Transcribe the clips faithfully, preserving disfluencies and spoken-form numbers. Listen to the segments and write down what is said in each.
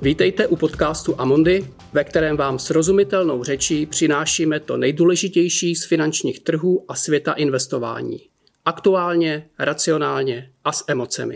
Vítejte u podcastu Amundi, ve kterém vám srozumitelnou řečí přinášíme to nejdůležitější z finančních trhů a světa investování. Aktuálně, racionálně a s emocemi.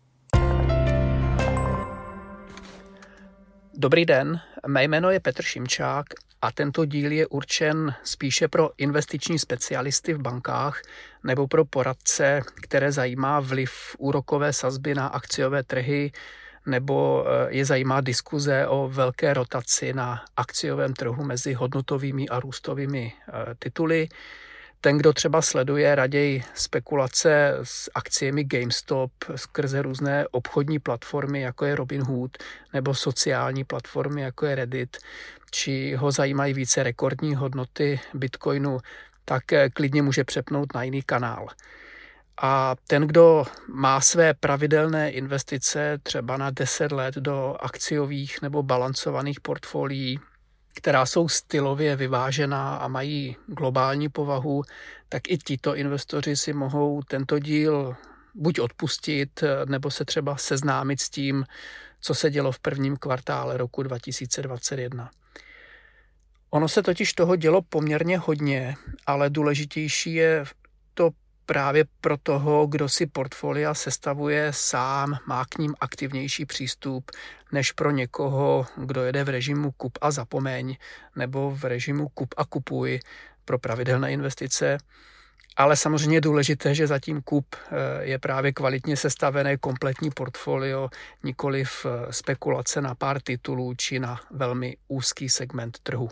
Dobrý den, mé jméno je Petr Šimčák a tento díl je určen spíše pro investiční specialisty v bankách nebo pro poradce, které zajímá vliv úrokové sazby na akciové trhy nebo je zajímá diskuze o velké rotaci na akciovém trhu mezi hodnotovými a růstovými tituly. Ten, kdo třeba sleduje raději spekulace s akciemi GameStop skrze různé obchodní platformy, jako je Robinhood, nebo sociální platformy, jako je Reddit, či ho zajímají více rekordní hodnoty Bitcoinu, tak klidně může přepnout na jiný kanál. A ten, kdo má své pravidelné investice třeba na deset let do akciových nebo balancovaných portfolií, která jsou stylově vyvážená a mají globální povahu, tak i tito investoři si mohou tento díl buď odpustit, nebo se třeba seznámit s tím, co se dělo v prvním kvartále roku dva tisíce dvacet jedna. Ono se totiž toho dělo poměrně hodně, ale důležitější je to právě pro toho, kdo si portfolia sestavuje sám, má k ním aktivnější přístup, než pro někoho, kdo jede v režimu kup a zapomeň, nebo v režimu kup a kupuj pro pravidelné investice. Ale samozřejmě je důležité, že zatím kup je právě kvalitně sestavené kompletní portfolio, nikoliv spekulace na pár titulů či na velmi úzký segment trhu.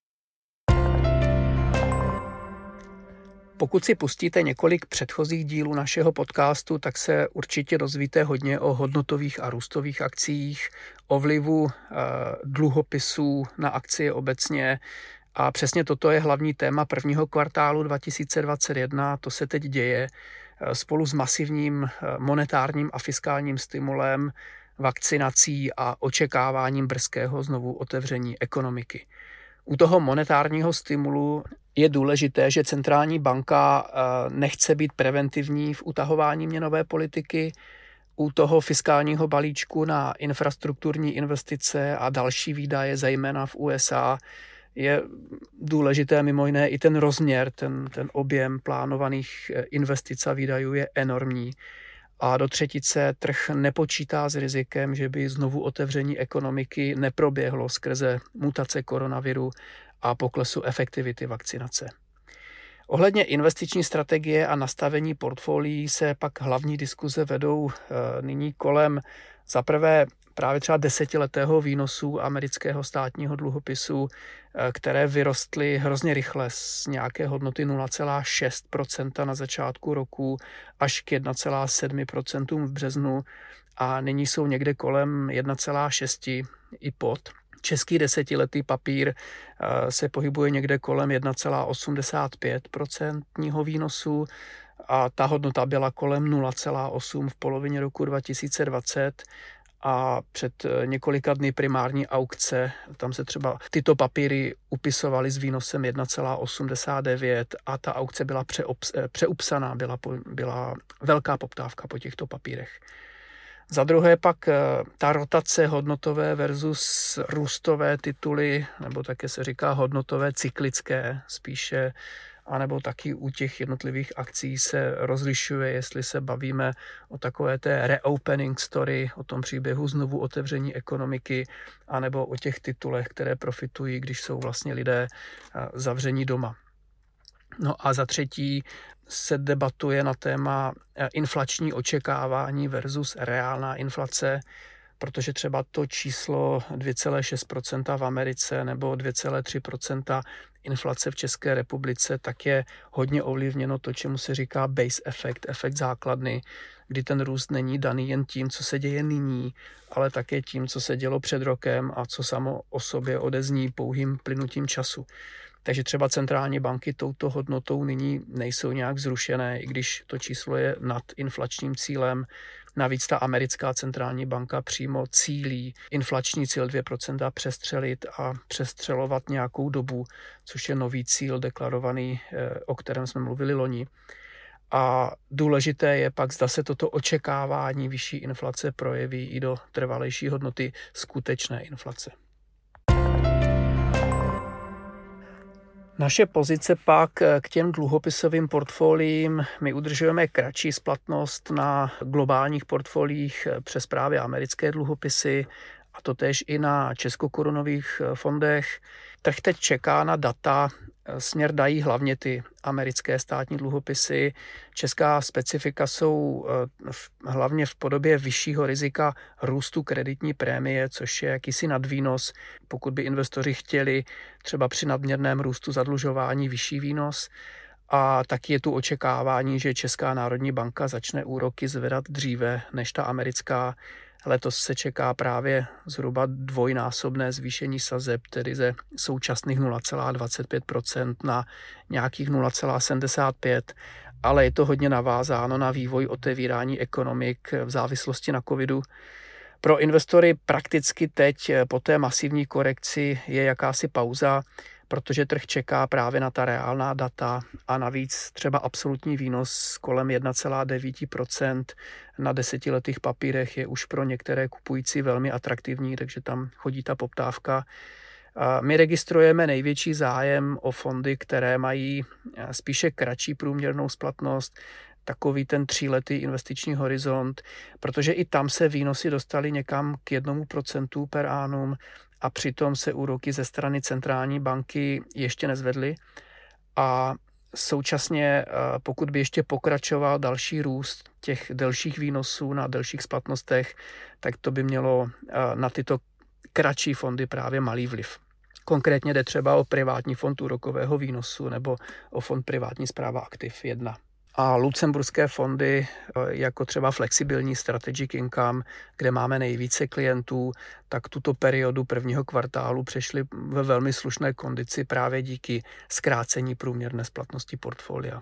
Pokud si pustíte několik předchozích dílů našeho podcastu, tak se určitě dozvíte hodně o hodnotových a růstových akcích, o vlivu dluhopisů na akcie obecně. A přesně toto je hlavní téma prvního kvartálu dva tisíce dvacet jedna. To se teď děje spolu s masivním monetárním a fiskálním stimulem, vakcinací a očekáváním brzkého znovu otevření ekonomiky. U toho monetárního stimulu je důležité, že centrální banka nechce být preventivní v utahování měnové politiky. U toho fiskálního balíčku na infrastrukturní investice a další výdaje, zejména v U S A, je důležité mimo jiné i ten rozměr, ten, ten objem plánovaných investic a výdajů je enormní. A do třetice trh nepočítá s rizikem, že by znovu otevření ekonomiky neproběhlo skrze mutace koronaviru a poklesu efektivity vakcinace. Ohledně investiční strategie a nastavení portfolií se pak hlavní diskuze vedou nyní kolem zaprvé právě třeba desetiletého výnosu amerického státního dluhopisu, které vyrostly hrozně rychle z nějaké hodnoty nula celá šest procenta na začátku roku až k jedna celá sedm procenta v březnu a nyní jsou někde kolem jedna celá šest i pod. Český desetiletý papír se pohybuje někde kolem jedna celá osmdesát pět procenta výnosu a ta hodnota byla kolem nula celá osm v polovině roku dva tisíce dvacet. A před několika dny primární aukce, tam se třeba tyto papíry upisovaly s výnosem jedna celá osmdesát devět a ta aukce byla přeobs, přeupsaná, byla, byla velká poptávka po těchto papírech. Za druhé pak ta rotace hodnotové versus růstové tituly, nebo také se říká hodnotové cyklické spíše, anebo taky u těch jednotlivých akcí se rozlišuje, jestli se bavíme o takové té reopening story, o tom příběhu znovu otevření ekonomiky, anebo o těch titulech, které profitují, když jsou vlastně lidé zavření doma. No a za třetí se debatuje na téma inflační očekávání versus reálná inflace, protože třeba to číslo dvě celá šest procenta v Americe nebo dvě celá tři procenta inflace v České republice, tak je hodně ovlivněno to, čemu se říká base effect, efekt základny, kdy ten růst není daný jen tím, co se děje nyní, ale také tím, co se dělo před rokem a co samo o sobě odezní pouhým plynutím času. Takže třeba centrální banky touto hodnotou nyní nejsou nějak vzrušené, i když to číslo je nad inflačním cílem. Navíc ta americká centrální banka přímo cílí inflační cíl dvě procenta přestřelit a přestřelovat nějakou dobu, což je nový cíl deklarovaný, o kterém jsme mluvili loni. A důležité je pak, zda se toto očekávání vyšší inflace projeví i do trvalejší hodnoty skutečné inflace. Naše pozice pak k těm dluhopisovým portfoliím, my udržujeme kratší splatnost na globálních portfoliích přes právě americké dluhopisy, a to též i na českokorunových fondech. Trh teď čeká na data, směr dají hlavně ty americké státní dluhopisy. Česká specifika jsou hlavně v podobě vyššího rizika růstu kreditní prémie, což je jakýsi nadvýnos, pokud by investoři chtěli třeba při nadměrném růstu zadlužování vyšší výnos. A taky je tu očekávání, že Česká národní banka začne úroky zvedat dříve než ta americká. Letos se čeká právě zhruba dvojnásobné zvýšení sazeb, tedy ze současných nula celá dvacet pět procent na nějakých nula celá sedmdesát pět procent, ale je to hodně navázáno na vývoj otevírání ekonomik v závislosti na covidu. Pro investory prakticky teď po té masivní korekci je jakási pauza, protože trh čeká právě na ta reálná data a navíc třeba absolutní výnos kolem jedna celá devět procenta na desetiletých papírech je už pro některé kupující velmi atraktivní, takže tam chodí ta poptávka. My registrujeme největší zájem o fondy, které mají spíše kratší průměrnou splatnost, takový ten tříletý investiční horizont, protože i tam se výnosy dostaly někam k jednomu procentu per annum a přitom se úroky ze strany centrální banky ještě nezvedly. A současně, pokud by ještě pokračoval další růst těch delších výnosů na delších splatnostech, tak to by mělo na tyto kratší fondy právě malý vliv. Konkrétně jde třeba o privátní fond úrokového výnosu nebo o fond privátní správa aktiv jedna. A lucemburské fondy, jako třeba flexibilní strategic income, kde máme nejvíce klientů, tak tuto periodu prvního kvartálu přešly ve velmi slušné kondici právě díky zkrácení průměrné splatnosti portfolia.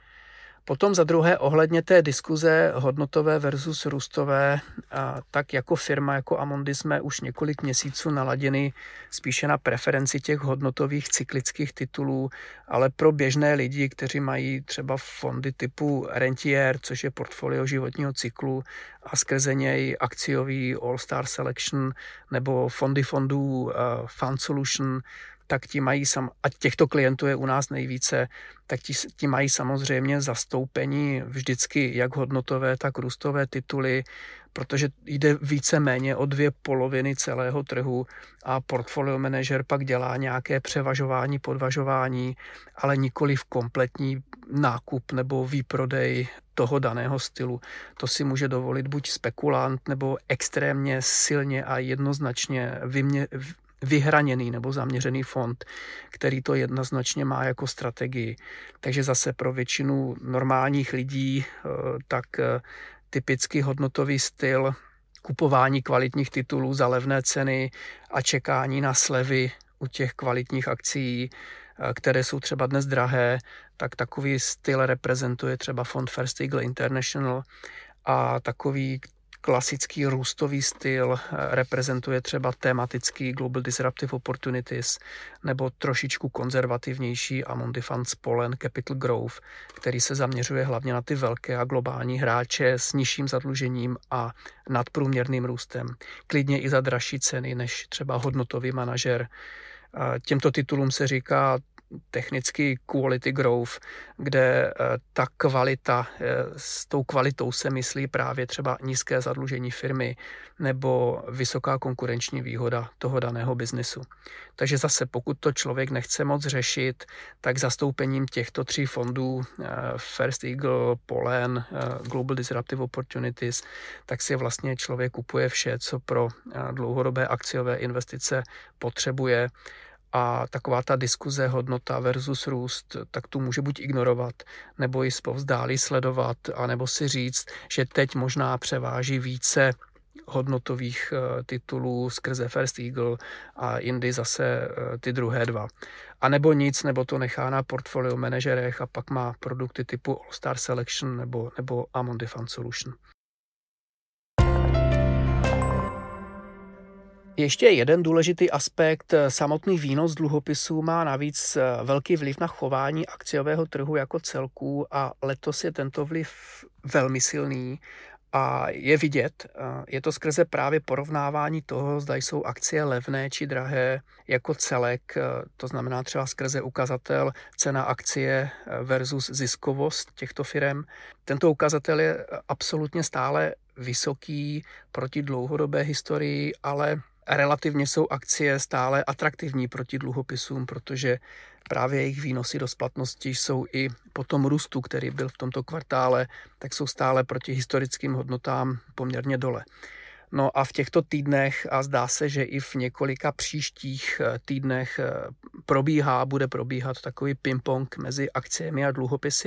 Potom za druhé ohledně té diskuze hodnotové versus růstové, tak jako firma, jako Amundi jsme už několik měsíců naladěni spíše na preferenci těch hodnotových cyklických titulů, ale pro běžné lidi, kteří mají třeba fondy typu Rentier, což je portfolio životního cyklu a skrze něj akciový All Star Selection nebo fondy fondů Fund Solution, tak ti mají, sam, a těchto klientů je u nás nejvíce, tak ti, ti mají samozřejmě zastoupení vždycky jak hodnotové, tak růstové tituly, protože jde víceméně o dvě poloviny celého trhu a portfolio manažer pak dělá nějaké převažování, podvažování, ale nikoli v kompletní nákup nebo výprodej toho daného stylu. To si může dovolit buď spekulant nebo extrémně silně a jednoznačně vymě, vyhraněný nebo zaměřený fond, který to jednoznačně má jako strategii. Takže zase pro většinu normálních lidí tak typický hodnotový styl kupování kvalitních titulů za levné ceny a čekání na slevy u těch kvalitních akcií, které jsou třeba dnes drahé, tak takový styl reprezentuje třeba fond First Eagle International a takový klasický růstový styl reprezentuje třeba tematický Global Disruptive Opportunities nebo trošičku konzervativnější Amundi Funds Polen Capital Growth, který se zaměřuje hlavně na ty velké a globální hráče s nižším zadlužením a nadprůměrným růstem. Klidně i za dražší ceny než třeba hodnotový manažer. Těmto titulům se říká technicky quality growth, kde ta kvalita, s tou kvalitou se myslí právě třeba nízké zadlužení firmy nebo vysoká konkurenční výhoda toho daného biznesu. Takže zase, pokud to člověk nechce moc řešit, tak zastoupením těchto tří fondů First Eagle, Polen, Global Disruptive Opportunities, tak si vlastně člověk kupuje vše, co pro dlouhodobé akciové investice potřebuje. A taková ta diskuze hodnota versus růst, tak tu může buď ignorovat, nebo ji zpovzdálí sledovat, anebo si říct, že teď možná převáží více hodnotových titulů skrze First Eagle a jindy zase ty druhé dva. A nebo nic, nebo to nechá na portfolio manažerech a pak má produkty typu All Star Selection nebo, nebo Amundi Fund Solution. Ještě jeden důležitý aspekt, samotný výnos dluhopisů má navíc velký vliv na chování akciového trhu jako celku a letos je tento vliv velmi silný a je vidět. Je to skrze právě porovnávání toho, zda jsou akcie levné či drahé jako celek, to znamená třeba skrze ukazatel cena akcie versus ziskovost těchto firem. Tento ukazatel je absolutně stále vysoký proti dlouhodobé historii, ale relativně jsou akcie stále atraktivní proti dluhopisům, protože právě jejich výnosy do splatnosti jsou i po tom růstu, který byl v tomto kvartále, tak jsou stále proti historickým hodnotám poměrně dole. No a v těchto týdnech, a zdá se, že i v několika příštích týdnech probíhá, bude probíhat takový ping-pong mezi akciemi a dluhopisy.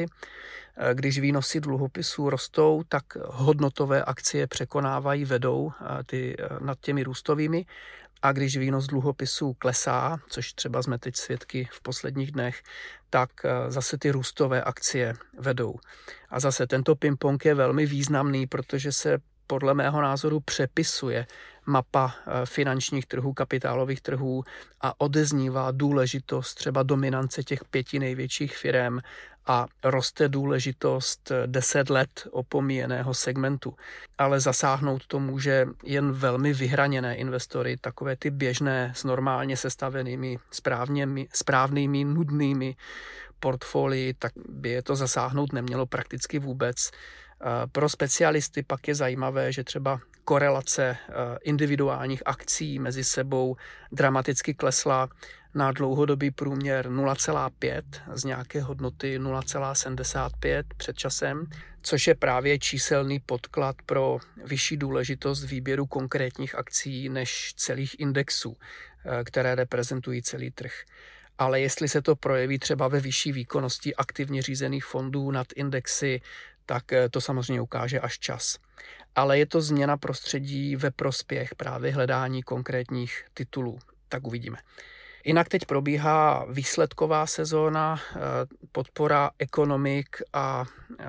Když výnosy dluhopisů rostou, tak hodnotové akcie překonávají, vedou ty nad těmi růstovými. A když výnos dluhopisů klesá, což třeba jsme teď svědky v posledních dnech, tak zase ty růstové akcie vedou. A zase tento ping-pong je velmi významný, protože se podle mého názoru přepisuje mapa finančních trhů, kapitálových trhů a odeznívá důležitost třeba dominance těch pěti největších firem a roste důležitost deset let opomíjeného segmentu. Ale zasáhnout to může jen velmi vyhraněné investory, takové ty běžné s normálně sestavenými, správnými, správnými, nudnými portfolii, tak by je to zasáhnout nemělo prakticky vůbec. Pro specialisty pak je zajímavé, že třeba korelace individuálních akcí mezi sebou dramaticky klesla na dlouhodobý průměr nula celá pět z nějaké hodnoty nula celá sedmdesát pět před časem, což je právě číselný podklad pro vyšší důležitost výběru konkrétních akcí než celých indexů, které reprezentují celý trh. Ale jestli se to projeví třeba ve vyšší výkonnosti aktivně řízených fondů nad indexy, tak to samozřejmě ukáže až čas. Ale je to změna prostředí ve prospěch právě hledání konkrétních titulů. Tak uvidíme. Jinak teď probíhá výsledková sezóna, podpora ekonomik a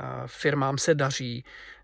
firmám se daří,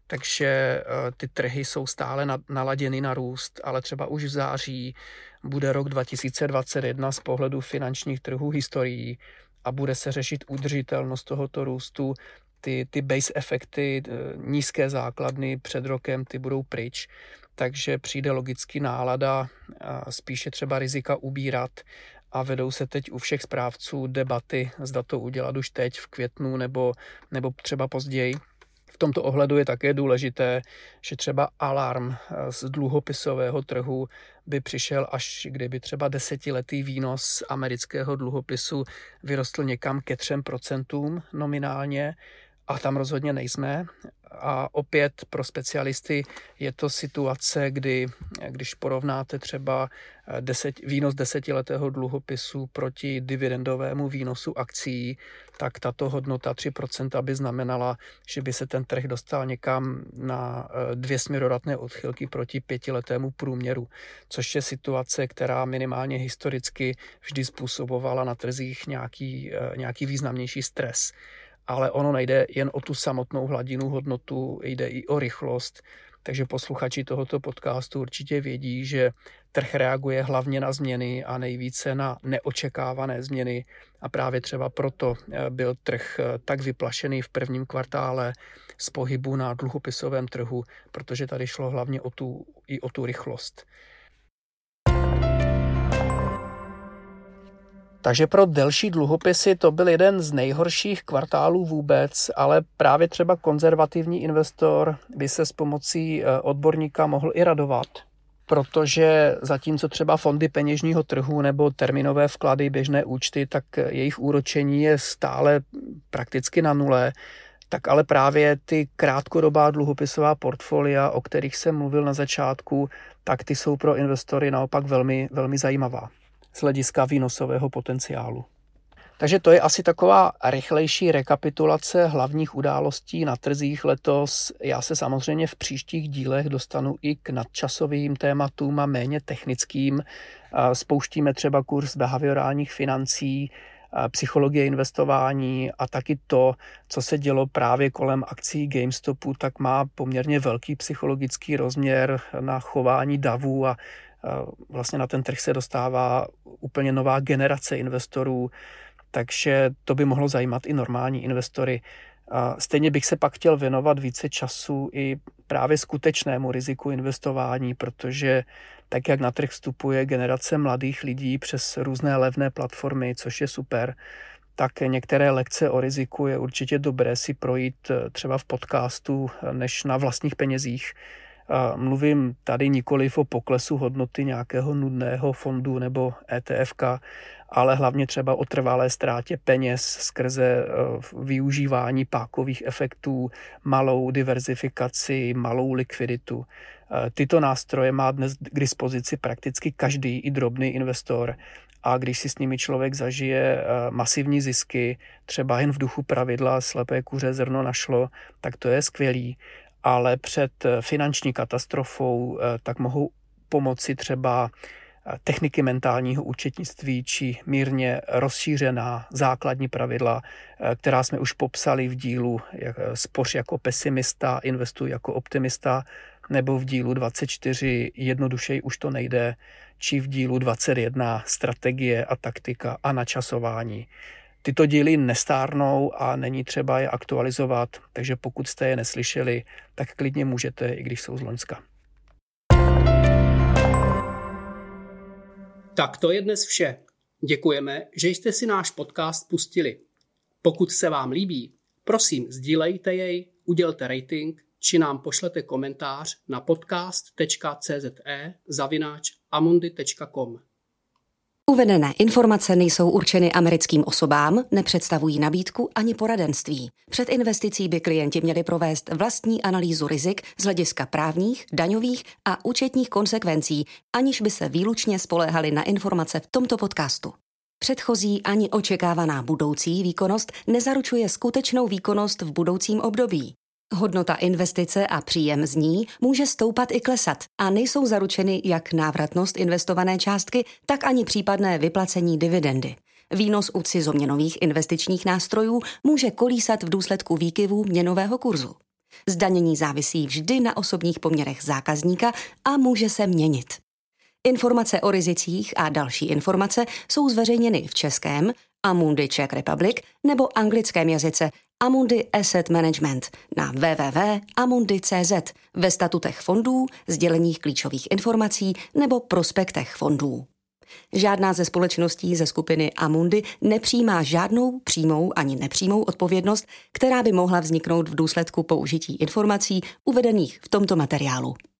takže ty trhy jsou stále naladěny na růst, ale třeba už v září bude rok dva tisíce dvacet jedna z pohledu finančních trhů historií a bude se řešit udržitelnost tohoto růstu. Ty, ty base efekty, nízké základny před rokem, ty budou pryč, takže přijde logicky nálada spíše třeba rizika ubírat a vedou se teď u všech správců debaty, zda to udělat už teď v květnu nebo, nebo třeba později. V tomto ohledu je také důležité, že třeba alarm z dluhopisového trhu by přišel, až kdyby třeba desetiletý výnos amerického dluhopisu vyrostl někam ke třem procentům nominálně, a tam rozhodně nejsme. A opět pro specialisty je to situace, kdy když porovnáte třeba deset, výnos desetiletého dluhopisu proti dividendovému výnosu akcí, tak tato hodnota tři procenta by znamenala, že by se ten trh dostal někam na dvě směrodatné odchylky proti pětiletému průměru, což je situace, která minimálně historicky vždy způsobovala na trzích nějaký, nějaký významnější stres. Ale ono nejde jen o tu samotnou hladinu hodnotu, jde i o rychlost. Takže posluchači tohoto podcastu určitě vědí, že trh reaguje hlavně na změny a nejvíce na neočekávané změny. A právě třeba proto byl trh tak vyplašený v prvním kvartále z pohybu na dluhopisovém trhu, protože tady šlo hlavně o tu, i o tu rychlost. Takže pro delší dluhopisy to byl jeden z nejhorších kvartálů vůbec, ale právě třeba konzervativní investor by se s pomocí odborníka mohl i radovat, protože zatímco třeba fondy peněžního trhu nebo termínové vklady, běžné účty, tak jejich úročení je stále prakticky na nule, tak ale právě ty krátkodobá dluhopisová portfolia, o kterých jsem mluvil na začátku, tak ty jsou pro investory naopak velmi, velmi zajímavá z hlediska výnosového potenciálu. Takže to je asi taková rychlejší rekapitulace hlavních událostí na trzích letos. Já se samozřejmě v příštích dílech dostanu i k nadčasovým tématům a méně technickým. Spouštíme třeba kurz behaviorálních financí, psychologie investování a taky to, co se dělo právě kolem akcí GameStopu, tak má poměrně velký psychologický rozměr na chování davů a Vlastně na ten trh se dostává úplně nová generace investorů, takže to by mohlo zajímat i normální investory. Stejně bych se pak chtěl věnovat více času i právě skutečnému riziku investování, protože tak, jak na trh vstupuje generace mladých lidí přes různé levné platformy, což je super, tak některé lekce o riziku je určitě dobré si projít třeba v podcastu než na vlastních penězích. Mluvím tady nikoliv o poklesu hodnoty nějakého nudného fondu nebo E T F ka, ale hlavně třeba o trvalé ztrátě peněz skrze využívání pákových efektů, malou diverzifikaci, malou likviditu. Tyto nástroje má dnes k dispozici prakticky každý i drobný investor. A když si s nimi člověk zažije masivní zisky, třeba jen v duchu pravidla slepé kuře zrno našlo, tak to je skvělý. Ale před finanční katastrofou tak mohou pomoci třeba techniky mentálního účetnictví či mírně rozšířená základní pravidla, která jsme už popsali v dílu Spoř jako pesimista, investuj jako optimista, nebo v dílu dvacet čtyři Jednodušej už to nejde, či v dílu dvacet jedna Strategie a taktika a načasování. Tyto díly nestárnou a není třeba je aktualizovat, takže pokud jste je neslyšeli, tak klidně můžete, i když jsou z loňska. Tak to je dnes vše. Děkujeme, že jste si náš podcast pustili. Pokud se vám líbí, prosím sdílejte jej, udělte rating, či nám pošlete komentář na podcast tečka cé zet e zavináč amundi tečka com. Uvedené informace nejsou určeny americkým osobám, nepředstavují nabídku ani poradenství. Před investicí by klienti měli provést vlastní analýzu rizik z hlediska právních, daňových a účetních konsekvencí, aniž by se výlučně spoléhali na informace v tomto podcastu. Předchozí ani očekávaná budoucí výkonnost nezaručuje skutečnou výkonnost v budoucím období. Hodnota investice a příjem z ní může stoupat i klesat a nejsou zaručeny jak návratnost investované částky, tak ani případné vyplacení dividendy. Výnos u cizoměnových investičních nástrojů může kolísat v důsledku výkyvů měnového kurzu. Zdanění závisí vždy na osobních poměrech zákazníka a může se měnit. Informace o rizicích a další informace jsou zveřejněny v českém Amundi Czech Republic nebo anglickém jazyce Amundi Asset Management na w w w tečka amundi tečka cé zet, ve statutech fondů, sděleních klíčových informací nebo prospektech fondů. Žádná ze společností ze skupiny Amundi nepřijímá žádnou přímou ani nepřímou odpovědnost, která by mohla vzniknout v důsledku použití informací uvedených v tomto materiálu.